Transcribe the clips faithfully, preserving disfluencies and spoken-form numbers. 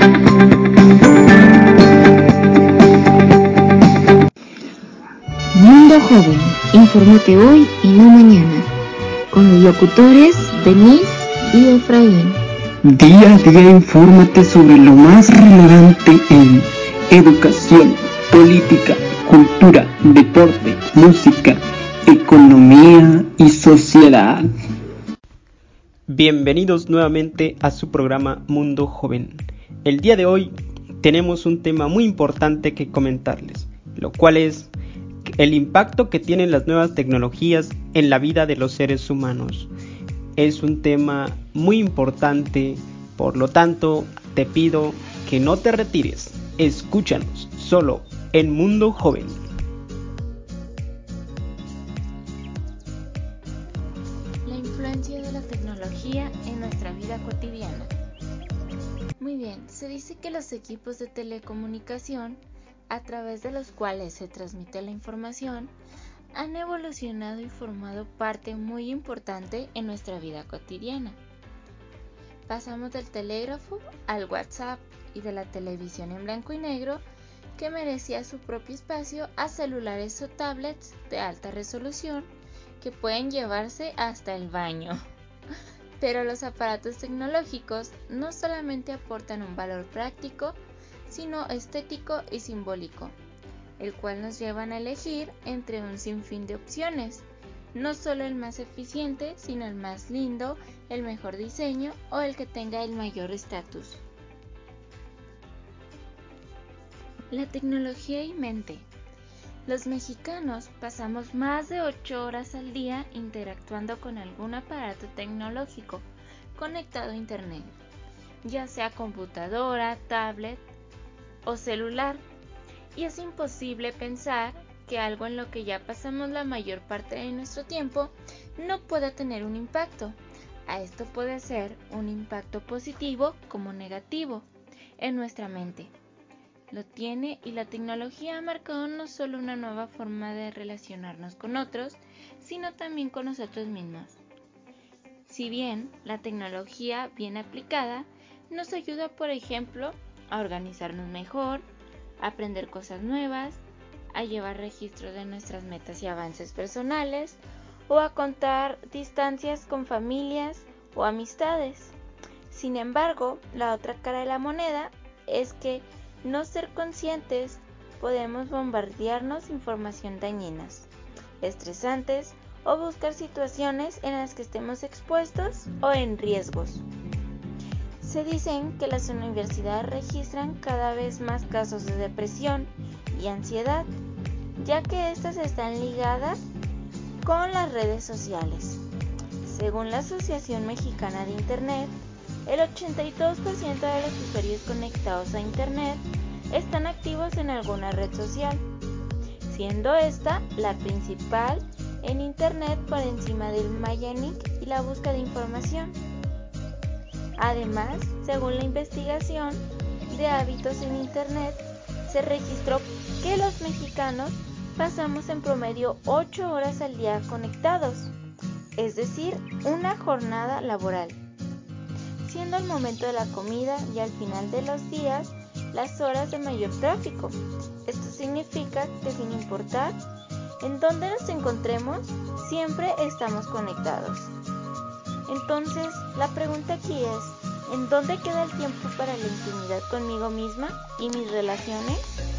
Mundo Joven, infórmate hoy y no mañana, con los locutores Denise y Efraín. Día a día infórmate sobre lo más relevante en educación, política, cultura, deporte, música, economía y sociedad. Bienvenidos nuevamente a su programa Mundo Joven. El día de hoy tenemos un tema muy importante que comentarles, lo cual es el impacto que tienen las nuevas tecnologías en la vida de los seres humanos. Es un tema muy importante, por lo tanto te pido que no te retires. Escúchanos solo en Mundo Joven. La influencia de la tecnología en nuestra vida cotidiana. Muy bien, se dice que los equipos de telecomunicación, a través de los cuales se transmite la información, han evolucionado y formado parte muy importante en nuestra vida cotidiana. Pasamos del telégrafo al WhatsApp y de la televisión en blanco y negro, que merecía su propio espacio, a celulares o tablets de alta resolución que pueden llevarse hasta el baño. Pero los aparatos tecnológicos no solamente aportan un valor práctico, sino estético y simbólico, el cual nos llevan a elegir entre un sinfín de opciones, no solo el más eficiente, sino el más lindo, el mejor diseño o el que tenga el mayor estatus. La tecnología y mente. Los mexicanos pasamos más de ocho horas al día interactuando con algún aparato tecnológico conectado a internet, ya sea computadora, tablet o celular, y es imposible pensar que algo en lo que ya pasamos la mayor parte de nuestro tiempo no pueda tener un impacto. A esto puede ser un impacto positivo como negativo en nuestra mente. Lo tiene, y la tecnología ha marcado no solo una nueva forma de relacionarnos con otros, sino también con nosotros mismos. Si bien la tecnología bien aplicada nos ayuda, por ejemplo, a organizarnos mejor, a aprender cosas nuevas, a llevar registro de nuestras metas y avances personales, o a contar distancias con familias o amistades. Sin embargo, la otra cara de la moneda es que no ser conscientes podemos bombardearnos información dañinas, estresantes o buscar situaciones en las que estemos expuestos o en riesgos. Se dicen que las universidades registran cada vez más casos de depresión y ansiedad, ya que estas están ligadas con las redes sociales. Según la Asociación Mexicana de Internet, el ochenta y dos por ciento de los usuarios conectados a Internet están activos en alguna red social, siendo esta la principal en Internet por encima del Mayanic y la búsqueda de información. Además, según la investigación de hábitos en Internet, se registró que los mexicanos pasamos en promedio ocho horas al día conectados, es decir, una jornada laboral, siendo el momento de la comida y al final de los días las horas de mayor tráfico. Esto significa que sin importar en dónde nos encontremos, siempre estamos conectados. Entonces, la pregunta aquí es, ¿en dónde queda el tiempo para la intimidad conmigo misma y mis relaciones?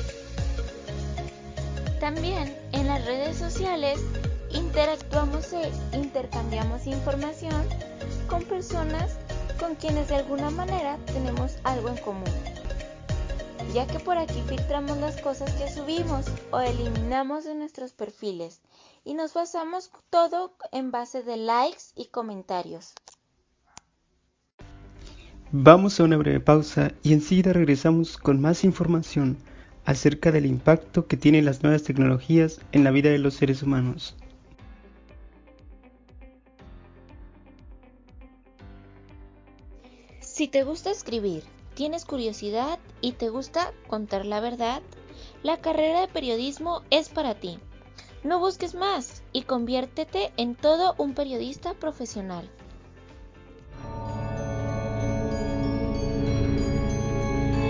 También en las redes sociales interactuamos e intercambiamos información con personas con quienes de alguna manera tenemos algo en común, ya que por aquí filtramos las cosas que subimos o eliminamos de nuestros perfiles y nos basamos todo en base de likes y comentarios. Vamos a una breve pausa y enseguida regresamos con más información acerca del impacto que tienen las nuevas tecnologías en la vida de los seres humanos. Si te gusta escribir, tienes curiosidad y te gusta contar la verdad, la carrera de periodismo es para ti. No busques más y conviértete en todo un periodista profesional.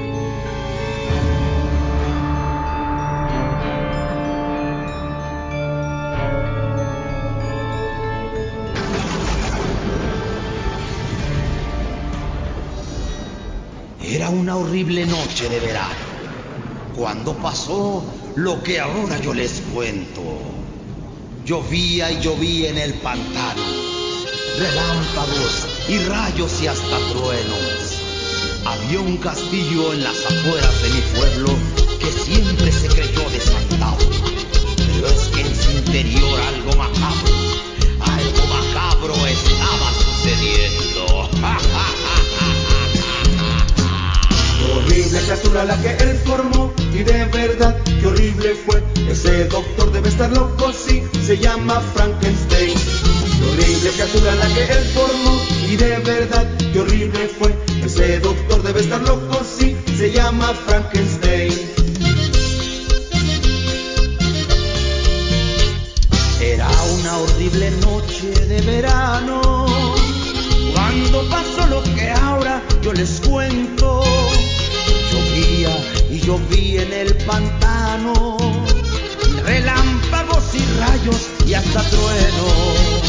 Era una horrible noche de verano, cuando pasó lo que ahora yo les cuento. Llovía y llovía en el pantano, relámpagos y rayos y hasta truenos. Había un castillo en las afueras de mi pueblo que siempre se creyó deshabitado, pero es que en su interior algo macabro, algo macabro estaba sucediendo. Qué horrible criatura la que él formó, y de verdad qué horrible fue. Ese doctor debe estar loco, sí, se llama Frankenstein. Qué horrible criatura la que él formó, y de verdad qué horrible fue. Ese doctor debe estar loco, sí, se llama Frankenstein. Era una horrible noche de verano, cuando pasó lo que ahora yo les cuento. Llovía y llovía en el pantano, relámpagos y rayos y hasta truenos.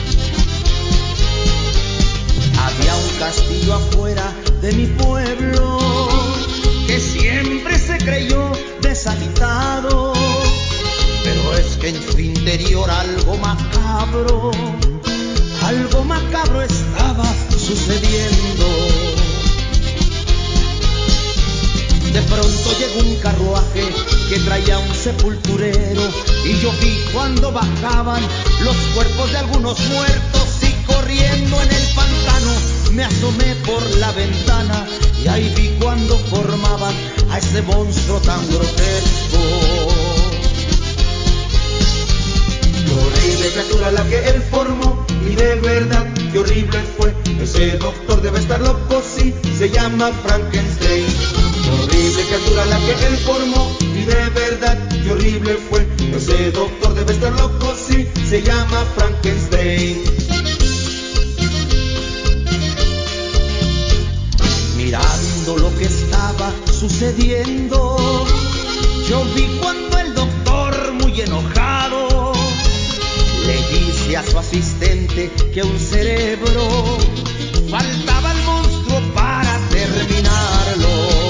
Había un castillo afuera de mi pueblo que siempre se creyó deshabitado, pero es que en su interior algo macabro, algo macabro estaba sucediendo. De pronto llegó un carruaje que traía un sepulturero, y yo vi cuando bajaban los cuerpos de algunos muertos, y corriendo en el pantano me asomé por la ventana, y ahí vi cuando formaban a ese monstruo tan grotesco. Qué horrible criatura la que él formó, y de verdad qué horrible fue. Ese doctor debe estar loco, sí, se llama Frankenstein. Qué horrible criatura la que él formó, y de verdad qué horrible fue. Ese doctor debe estar loco, sí, se llama Frankenstein. Mirando lo que estaba sucediendo, yo vi cuando el doctor, muy enojado, le dice a su asistente que un cerebro faltaba al monstruo para terminarlo.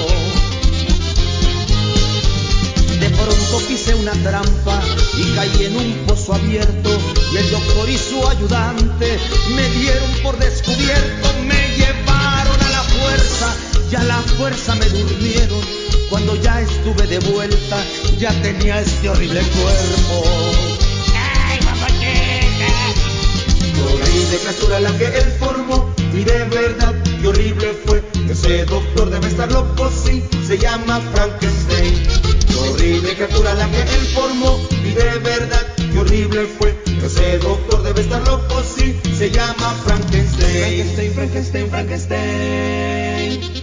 De pronto pisé una trampa y caí en un pozo abierto, y el doctor y su ayudante me dieron por descubierto. Me llevaron a la fuerza y a la fuerza me durmieron. Cuando ya estuve de vuelta, ya tenía este horrible cuerpo. ¡Ay, papacheca! Qué horrible criatura la que él formó, y de verdad qué horrible fue. Ese doctor debe estar loco, sí, se llama Frankenstein. Qué horrible criatura la que él formó, y de verdad qué horrible fue. Ese doctor debe estar loco, sí, se llama Frankenstein. Frankenstein, Frankenstein, Frankenstein.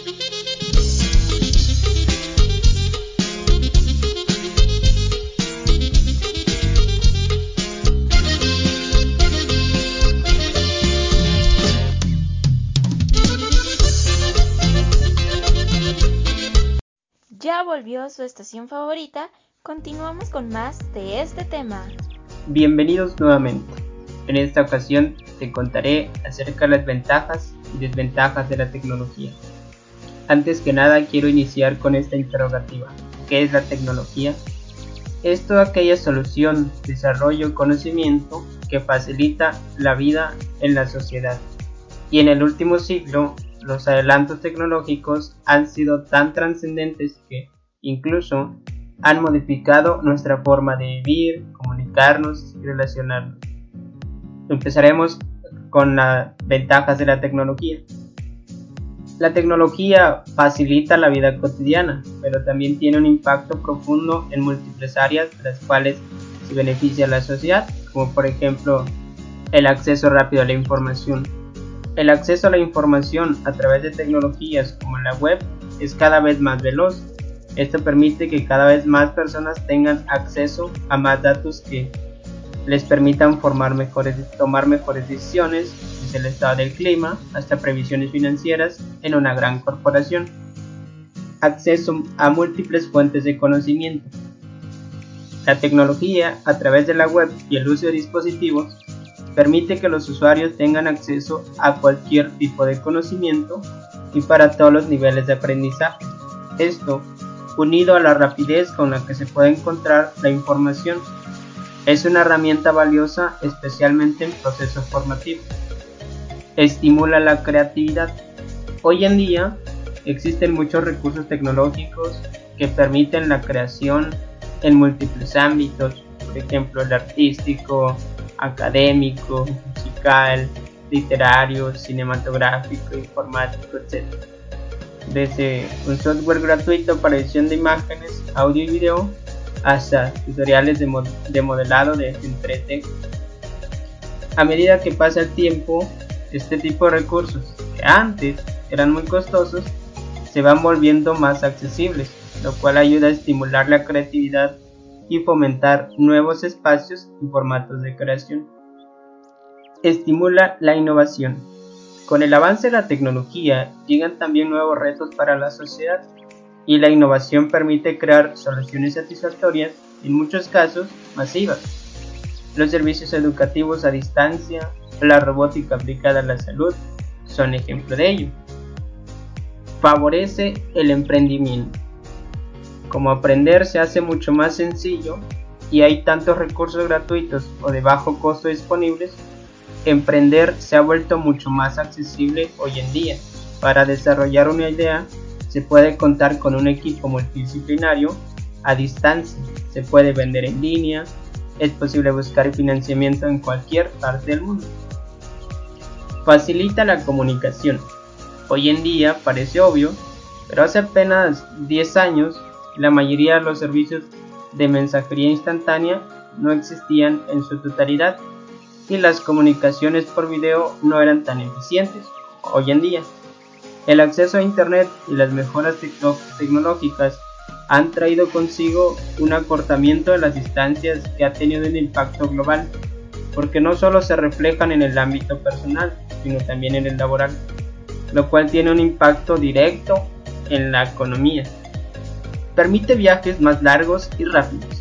Ya volvió su estación favorita, continuamos con más de este tema. Bienvenidos nuevamente. En esta ocasión te contaré acerca de las ventajas y desventajas de la tecnología. Antes que nada quiero iniciar con esta interrogativa. ¿Qué es la tecnología? Es toda aquella solución, desarrollo y conocimiento que facilita la vida en la sociedad. Y en el último siglo, los adelantos tecnológicos han sido tan trascendentes que incluso han modificado nuestra forma de vivir, comunicarnos y relacionarnos. Empezaremos con las ventajas de la tecnología. La tecnología facilita la vida cotidiana, pero también tiene un impacto profundo en múltiples áreas de las cuales se beneficia a la sociedad, como por ejemplo el acceso rápido a la información. El acceso a la información a través de tecnologías como la web es cada vez más veloz. Esto permite que cada vez más personas tengan acceso a más datos que les permitan formar mejores, tomar mejores decisiones, desde el estado del clima hasta previsiones financieras en una gran corporación. Acceso a múltiples fuentes de conocimiento. La tecnología, a través de la web y el uso de dispositivos, permite que los usuarios tengan acceso a cualquier tipo de conocimiento y para todos los niveles de aprendizaje. Esto, unido a la rapidez con la que se puede encontrar la información, es una herramienta valiosa especialmente en procesos formativos. Estimula la creatividad. Hoy en día existen muchos recursos tecnológicos que permiten la creación en múltiples ámbitos, por ejemplo el artístico, académico, musical, literario, cinematográfico, informático, etcétera. Desde un software gratuito para edición de imágenes, audio y video, hasta tutoriales de, mod de modelado de tres D. A medida que pasa el tiempo, este tipo de recursos, que antes eran muy costosos, se van volviendo más accesibles, lo cual ayuda a estimular la creatividad y fomentar nuevos espacios y formatos de creación. Estimula la innovación. Con el avance de la tecnología llegan también nuevos retos para la sociedad, y la innovación permite crear soluciones satisfactorias, en muchos casos masivas. Los servicios educativos a distancia, la robótica aplicada a la salud, son ejemplo de ello. Favorece el emprendimiento. Como aprender se hace mucho más sencillo y hay tantos recursos gratuitos o de bajo costo disponibles, emprender se ha vuelto mucho más accesible hoy en día. Para desarrollar una idea se puede contar con un equipo multidisciplinario a distancia, se puede vender en línea, es posible buscar financiamiento en cualquier parte del mundo. Facilita la comunicación. Hoy en día parece obvio, pero hace apenas diez años la mayoría de los servicios de mensajería instantánea no existían en su totalidad y las comunicaciones por video no eran tan eficientes hoy en día. El acceso a internet y las mejoras tecno tecnológicas han traído consigo un acortamiento de las distancias que ha tenido un impacto global, porque no solo se reflejan en el ámbito personal, sino también en el laboral, lo cual tiene un impacto directo en la economía. Permite viajes más largos y rápidos.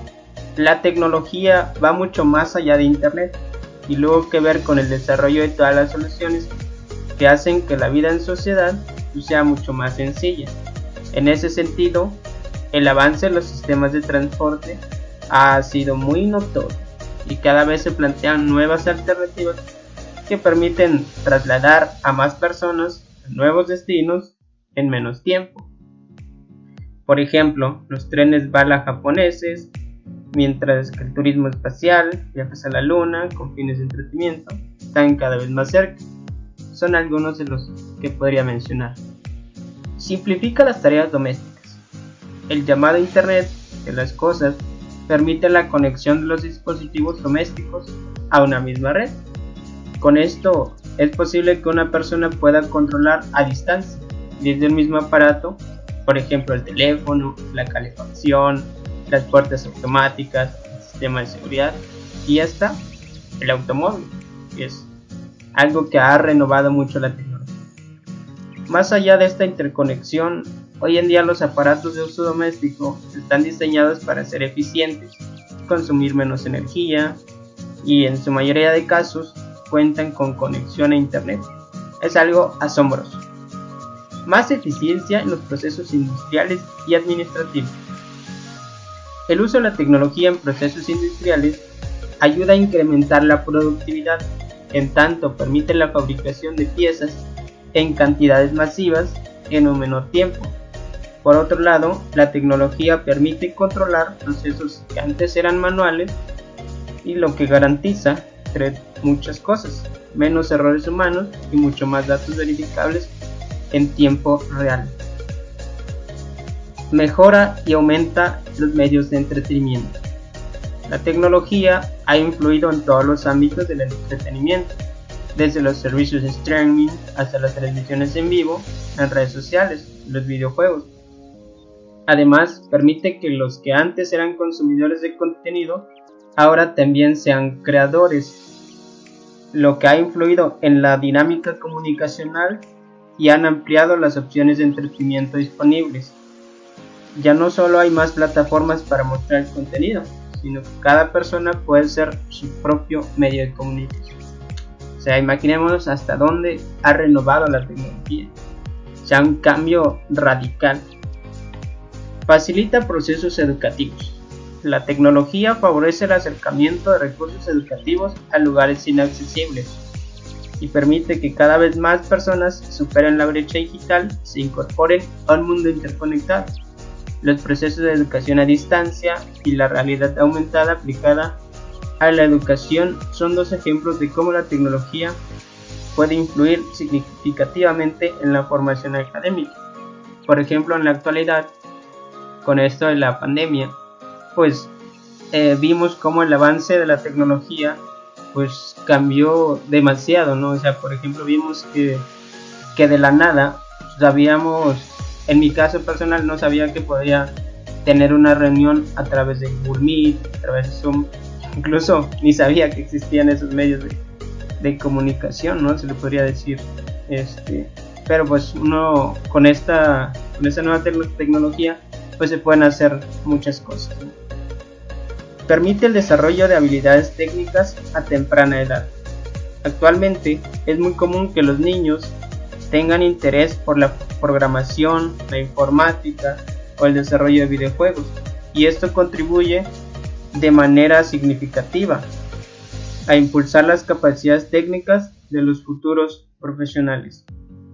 La tecnología va mucho más allá de internet y luego que ver con el desarrollo de todas las soluciones que hacen que la vida en sociedad sea mucho más sencilla. En ese sentido, el avance en los sistemas de transporte ha sido muy notorio y cada vez se plantean nuevas alternativas que permiten trasladar a más personas a nuevos destinos en menos tiempo. Por ejemplo, los trenes bala japoneses, mientras que el turismo espacial, viajes a la luna con fines de entretenimiento, están cada vez más cerca. Son algunos de los que podría mencionar. Simplifica las tareas domésticas. El llamado Internet de las cosas permite la conexión de los dispositivos domésticos a una misma red. Con esto es posible que una persona pueda controlar a distancia desde el mismo aparato, por ejemplo el teléfono, la calefacción, las puertas automáticas, el sistema de seguridad y hasta el automóvil, que es algo que ha renovado mucho la tecnología. Más allá de esta interconexión, hoy en día los aparatos de uso doméstico están diseñados para ser eficientes, consumir menos energía y en su mayoría de casos cuentan con conexión a internet. Es algo asombroso. Más eficiencia en los procesos industriales y administrativos. El uso de la tecnología en procesos industriales ayuda a incrementar la productividad, en tanto permite la fabricación de piezas en cantidades masivas en un menor tiempo. Por otro lado, la tecnología permite controlar procesos que antes eran manuales y lo que garantiza, entre muchas cosas, menos errores humanos y mucho más datos verificables en tiempo real. Mejora y aumenta los medios de entretenimiento. La tecnología ha influido en todos los ámbitos del entretenimiento, desde los servicios de streaming hasta las transmisiones en vivo, en redes sociales, los videojuegos. Además, permite que los que antes eran consumidores de contenido, ahora también sean creadores, lo que ha influido en la dinámica comunicacional y han ampliado las opciones de entretenimiento disponibles. Ya no solo hay más plataformas para mostrar el contenido, sino que cada persona puede ser su propio medio de comunicación. O sea, imaginémonos hasta dónde ha renovado la tecnología. sea un cambio radical. Facilita procesos educativos. La tecnología favorece el acercamiento de recursos educativos a lugares inaccesibles y permite que cada vez más personas superen la brecha digital y se incorporen a un mundo interconectado. Los procesos de educación a distancia y la realidad aumentada aplicada a la educación son dos ejemplos de cómo la tecnología puede influir significativamente en la formación académica. Por ejemplo, en la actualidad, con esto de la pandemia, pues eh, vimos cómo el avance de la tecnología pues cambió demasiado, ¿no? O sea, por ejemplo, vimos que, que de la nada sabíamos, en mi caso personal, no sabía que podía tener una reunión a través de Google Meet, a través de Zoom, incluso ni sabía que existían esos medios de, de comunicación, ¿no? Se le podría decir, este, pero pues uno con esta, con esta nueva te- tecnología, pues se pueden hacer muchas cosas, ¿no? Permite el desarrollo de habilidades técnicas a temprana edad. Actualmente es muy común que los niños tengan interés por la programación, la informática o el desarrollo de videojuegos, y esto contribuye de manera significativa a impulsar las capacidades técnicas de los futuros profesionales.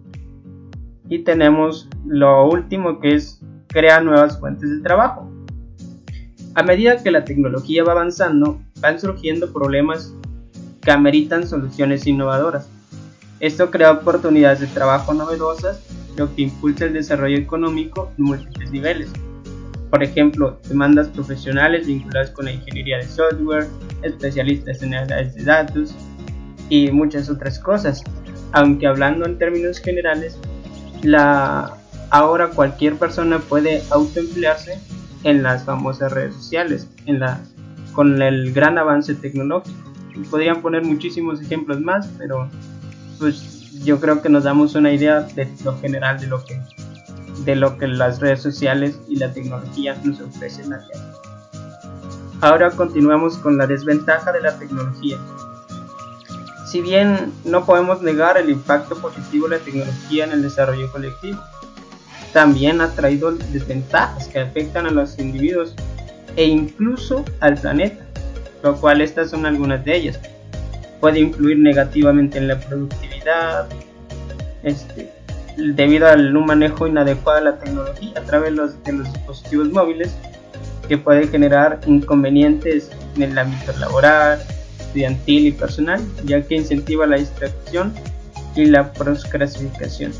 Y tenemos lo último, que es crear nuevas fuentes de trabajo. A medida que la tecnología va avanzando, van surgiendo problemas que ameritan soluciones innovadoras. Esto crea oportunidades de trabajo novedosas, lo que impulsa el desarrollo económico en múltiples niveles. Por ejemplo, demandas profesionales vinculadas con la ingeniería de software, especialistas en análisis de datos y muchas otras cosas. Aunque hablando en términos generales, la, ahora cualquier persona puede autoemplearse en las famosas redes sociales, en la, con el gran avance tecnológico. Podrían poner muchísimos ejemplos más, pero pues yo creo que nos damos una idea de lo general de lo que, de lo que las redes sociales y la tecnología nos ofrecen a diario. Ahora continuamos con la desventaja de la tecnología. Si bien no podemos negar el impacto positivo de la tecnología en el desarrollo colectivo, también ha traído desventajas que afectan a los individuos e incluso al planeta, lo cual estas son algunas de ellas. Puede influir negativamente en la productividad, este, debido al un manejo inadecuado de la tecnología a través de los, de los dispositivos móviles, que puede generar inconvenientes en el ámbito laboral, estudiantil y personal, ya que incentiva la distracción y la procrastinación.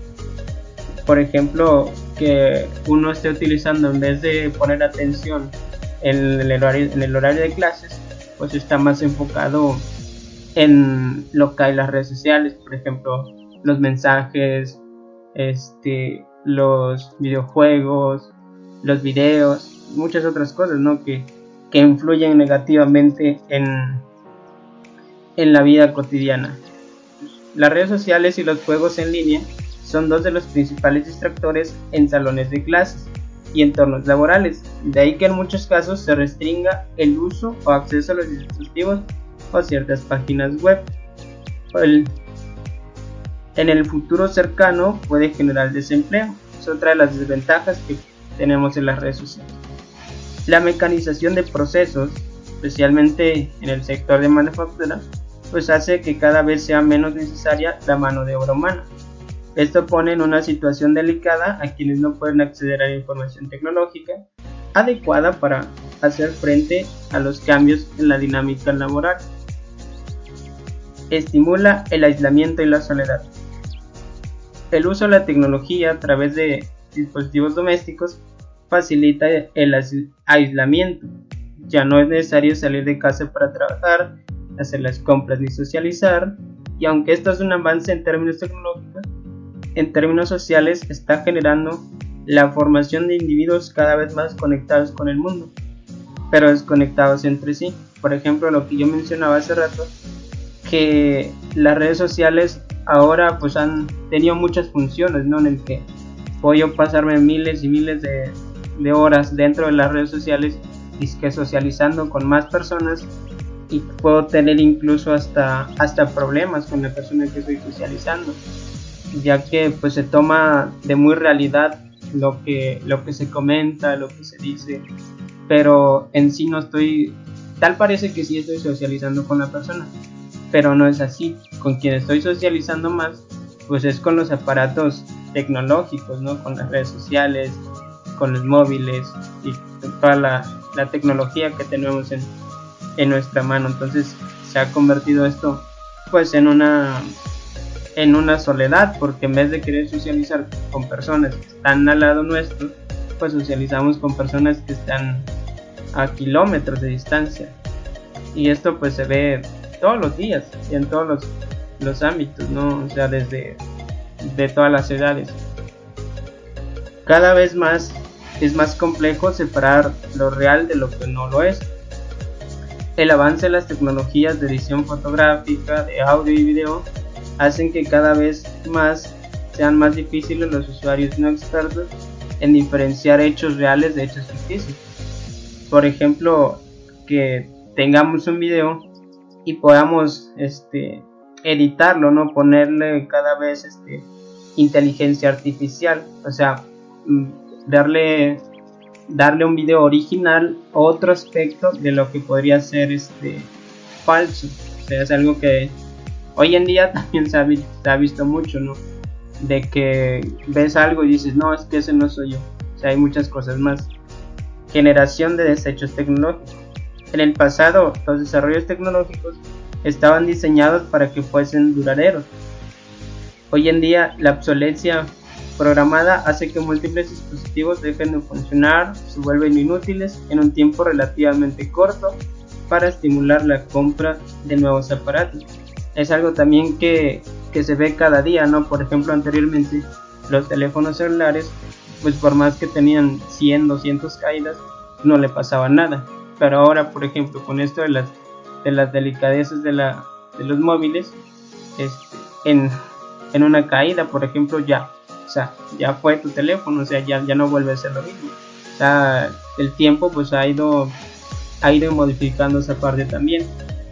Por ejemplo, que uno esté utilizando, en vez de poner atención en el horario, en el horario de clases, pues está más enfocado en lo que hay en las redes sociales, por ejemplo, los mensajes, este, los videojuegos, los videos, muchas otras cosas, ¿no? que, que influyen negativamente en, en la vida cotidiana. Las redes sociales y los juegos en línea son dos de los principales distractores en salones de clases y entornos laborales, de ahí que en muchos casos se restringa el uso o acceso a los dispositivos o ciertas páginas web. El, en el futuro cercano puede generar desempleo, es otra de las desventajas que tenemos en las redes sociales. La mecanización de procesos, especialmente en el sector de manufactura, pues hace que cada vez sea menos necesaria la mano de obra humana. Esto pone en una situación delicada a quienes no pueden acceder a la información tecnológica adecuada para hacer frente a los cambios en la dinámica laboral. Estimula el aislamiento y la soledad. El uso de la tecnología a través de dispositivos domésticos facilita el aislamiento. Ya no es necesario salir de casa para trabajar, hacer las compras ni socializar, y aunque esto es un avance en términos tecnológicos, en términos sociales está generando la formación de individuos cada vez más conectados con el mundo, pero desconectados entre sí. Por ejemplo, lo que yo mencionaba hace rato, que las redes sociales ahora pues han tenido muchas funciones, ¿no? En el que puedo yo pasarme miles y miles de, de horas dentro de las redes sociales y que socializando con más personas, y puedo tener incluso hasta, hasta problemas con la persona que estoy socializando. ya que pues se toma de muy realidad lo que, lo que se comenta, lo que se dice, pero en sí no estoy, tal parece que sí estoy socializando con la persona, pero no es así. Con quien estoy socializando más pues es con los aparatos tecnológicos, ¿no? Con las redes sociales, con los móviles y toda la, la tecnología que tenemos en, en nuestra mano. Entonces se ha convertido esto pues en una en una soledad, porque en vez de querer socializar con personas que están al lado nuestro, pues socializamos con personas que están a kilómetros de distancia, y esto pues se ve todos los días y en todos los, los ámbitos, ¿no? O sea, desde de todas las edades. Cada vez más es más complejo separar lo real de lo que no lo es. El avance de las tecnologías de edición fotográfica, de audio y video hacen que cada vez más sean más difíciles los usuarios no expertos en diferenciar hechos reales de hechos ficticios. Por ejemplo, que tengamos un video y podamos este, editarlo, ¿no? Ponerle cada vez este, inteligencia artificial, o sea, darle, darle un video original otro aspecto de lo que podría ser este, falso. O sea, es algo que hoy en día también se ha, vi- se ha visto mucho, ¿no? De que ves algo y dices, no, es que ese no soy yo. O sea, hay muchas cosas más. Generación de desechos tecnológicos. En el pasado, los desarrollos tecnológicos estaban diseñados para que fuesen duraderos. Hoy en día, la obsolescencia programada hace que múltiples dispositivos dejen de funcionar, se vuelven inútiles en un tiempo relativamente corto para estimular la compra de nuevos aparatos. Es algo también que, que se ve cada día, ¿no? Por ejemplo, anteriormente los teléfonos celulares, pues por más que tenían cien, doscientas caídas, no le pasaba nada. Pero ahora, por ejemplo, con esto de las, de las delicadezas de, la, de los móviles, este, en, en una caída, por ejemplo, ya, o sea, ya fue tu teléfono, o sea, ya, ya no vuelve a ser lo mismo. O sea, el tiempo pues ha ido, ha ido modificando esa parte también.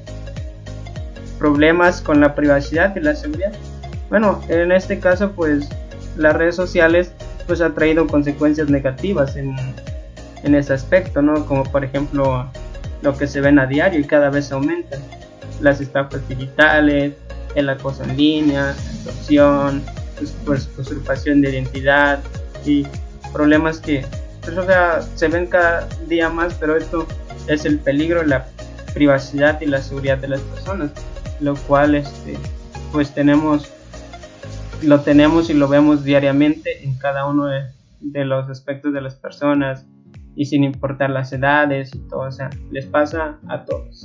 Problemas con la privacidad y la seguridad. Bueno, en este caso pues las redes sociales pues ha traído consecuencias negativas en, en ese aspecto, ¿no? Como por ejemplo lo que se ven a diario y cada vez aumentan: las estafas digitales, el acoso en línea, la extorsión, pues, pues, usurpación de identidad y problemas que pues, o sea, se ven cada día más, pero esto es el peligro de la privacidad y la seguridad de las personas, lo cual este pues tenemos lo tenemos y lo vemos diariamente en cada uno de, de los aspectos de las personas, y sin importar las edades y todo, o sea, les pasa a todos.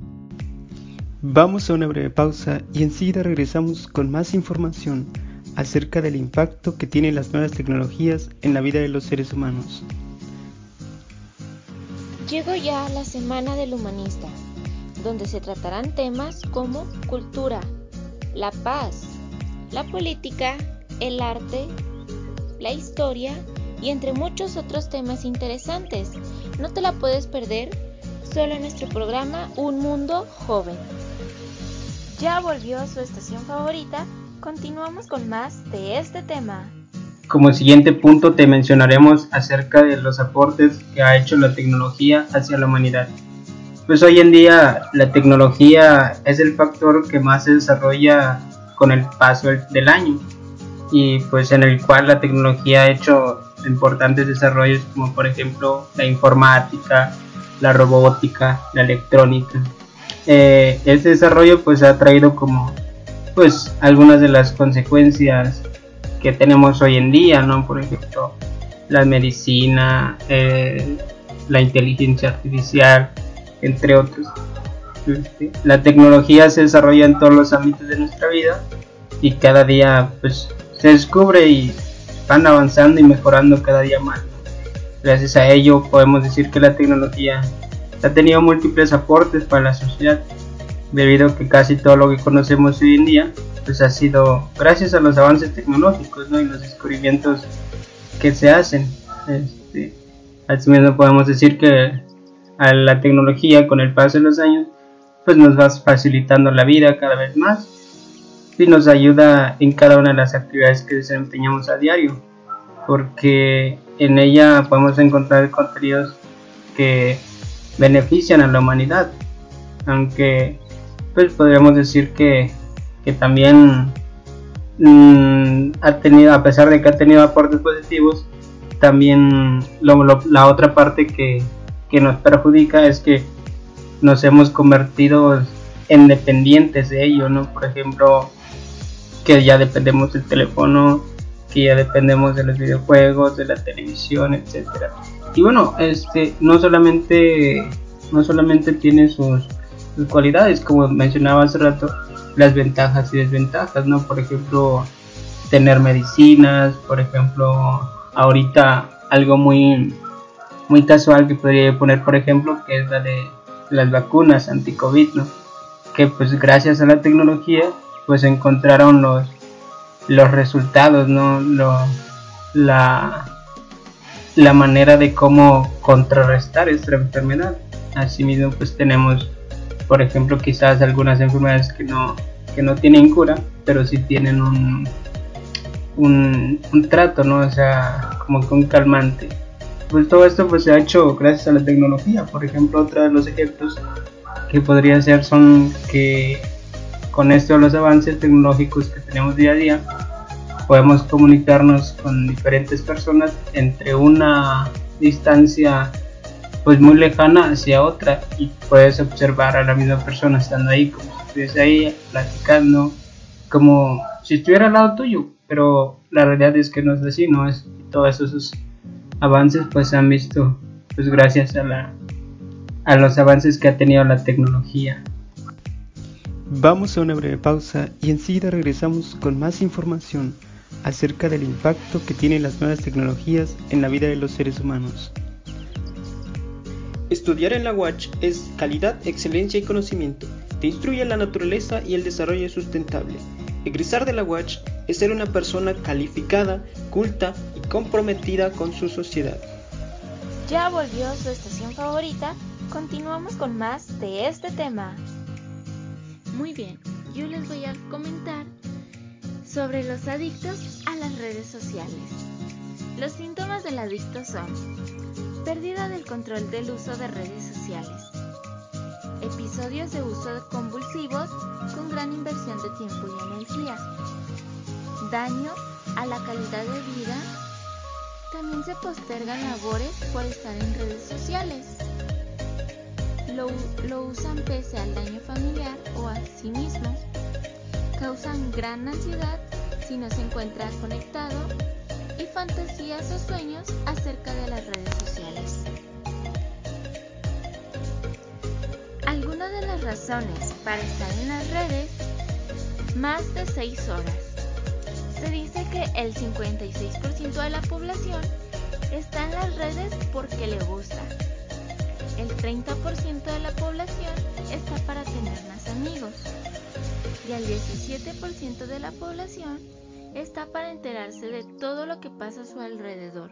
Vamos a una breve pausa y enseguida regresamos con más información acerca del impacto que tienen las nuevas tecnologías en la vida de los seres humanos. Llegó ya la Semana del Humanista, donde se tratarán temas como cultura, la paz, la política, el arte, la historia y entre muchos otros temas interesantes. No te la puedes perder, solo en nuestro programa Un Mundo Joven. Ya volvió a su estación favorita, continuamos con más de este tema. Como siguiente punto te mencionaremos acerca de los aportes que ha hecho la tecnología hacia la humanidad. Pues hoy en día la tecnología es el factor que más se desarrolla con el paso del año, y pues en el cual la tecnología ha hecho importantes desarrollos como por ejemplo la informática, la robótica, la electrónica. Eh, este desarrollo pues ha traído como pues algunas de las consecuencias que tenemos hoy en día, ¿no? Por ejemplo, la medicina, eh, la inteligencia artificial, entre otros. La tecnología se desarrolla en todos los ámbitos de nuestra vida y cada día pues se descubre y van avanzando y mejorando cada día más. Gracias a ello podemos decir que la tecnología ha tenido múltiples aportes para la sociedad, debido a que casi todo lo que conocemos hoy en día pues ha sido gracias a los avances tecnológicos, ¿no? Y los descubrimientos que se hacen. Este, asimismo podemos decir que a la tecnología con el paso de los años pues nos va facilitando la vida cada vez más. sí nos ayuda en cada una de las actividades que desempeñamos a diario, porque en ella podemos encontrar contenidos que benefician a la humanidad, aunque pues podríamos decir que, que también mmm, ha tenido, a pesar de que ha tenido aportes positivos, también lo, lo, la otra parte que, que nos perjudica es que nos hemos convertido en dependientes de ello, ¿no? Por ejemplo, que ya dependemos del teléfono, que ya dependemos de los videojuegos, de la televisión, etcétera. Y bueno, este no solamente no solamente tiene sus, sus cualidades, como mencionaba hace rato, las ventajas y desventajas, ¿no? Por ejemplo, tener medicinas, por ejemplo, ahorita algo muy muy casual que podría poner, por ejemplo, que es la de las vacunas anti-COVID, ¿no? Que pues gracias a la tecnología pues encontraron los los resultados, ¿no? Lo, la la manera de cómo contrarrestar esta enfermedad. Asimismo pues tenemos, por ejemplo, quizás algunas enfermedades que no que no tienen cura, pero sí tienen un un, un trato, ¿no? O sea, como que un calmante. Pues todo esto pues se ha hecho gracias a la tecnología. Por ejemplo, otro de los ejemplos que podría ser son que con esto los avances tecnológicos que tenemos día a día podemos comunicarnos con diferentes personas entre una distancia pues muy lejana hacia otra, y puedes observar a la misma persona estando ahí, como si estuviese ahí platicando, como si estuviera al lado tuyo, pero la realidad es que no es así, ¿no? Es, todos esos avances pues se han visto pues gracias a la a los avances que ha tenido la tecnología. Vamos a una breve pausa y enseguida regresamos con más información acerca del impacto que tienen las nuevas tecnologías en la vida de los seres humanos. Estudiar en la U A C H es calidad, excelencia y conocimiento. Te instruye en la naturaleza y el desarrollo sustentable. Egresar de la U A C H es ser una persona calificada, culta y comprometida con su sociedad. Ya volvió su estación favorita, continuamos con más de este tema. Muy bien, yo les voy a comentar sobre los adictos a las redes sociales. Los síntomas del adicto son pérdida del control del uso de redes sociales, episodios de uso convulsivos con gran inversión de tiempo y energía, daño a la calidad de vida. También se postergan labores por estar en redes sociales. Lo, lo usan pese al daño familiar o a sí mismos. Causan gran ansiedad si no se encuentra conectado y fantasías o sueños acerca de las redes sociales. Algunas de las razones para estar en las redes: más de seis horas. Se dice que el cincuenta y seis por ciento de la población está en las redes porque le gusta. El treinta por ciento de la población está para tener más amigos. Y el diecisiete por ciento de la población está para enterarse de todo lo que pasa a su alrededor.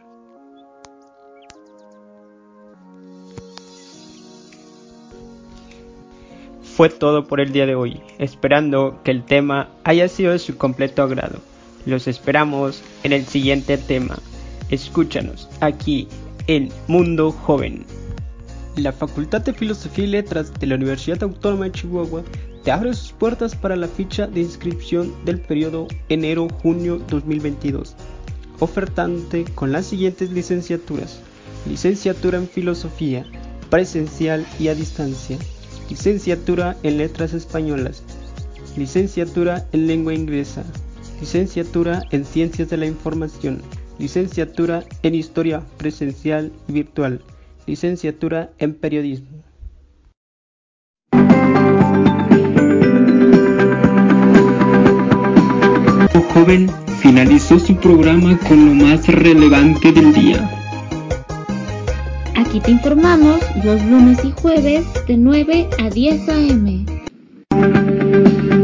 Fue todo por el día de hoy, esperando que el tema haya sido de su completo agrado. Los esperamos en el siguiente tema. Escúchanos aquí en Mundo Joven. La Facultad de Filosofía y Letras de la Universidad Autónoma de Chihuahua te abre sus puertas para la ficha de inscripción del periodo enero-junio dos mil veintidós, ofertante con las siguientes licenciaturas: licenciatura en Filosofía, presencial y a distancia, licenciatura en Letras Españolas, licenciatura en Lengua Inglesa, licenciatura en Ciencias de la Información, licenciatura en Historia presencial y virtual, licenciatura en Periodismo. Joven finalizó su programa con lo más relevante del día. Aquí te informamos los lunes y jueves de nueve a diez a eme.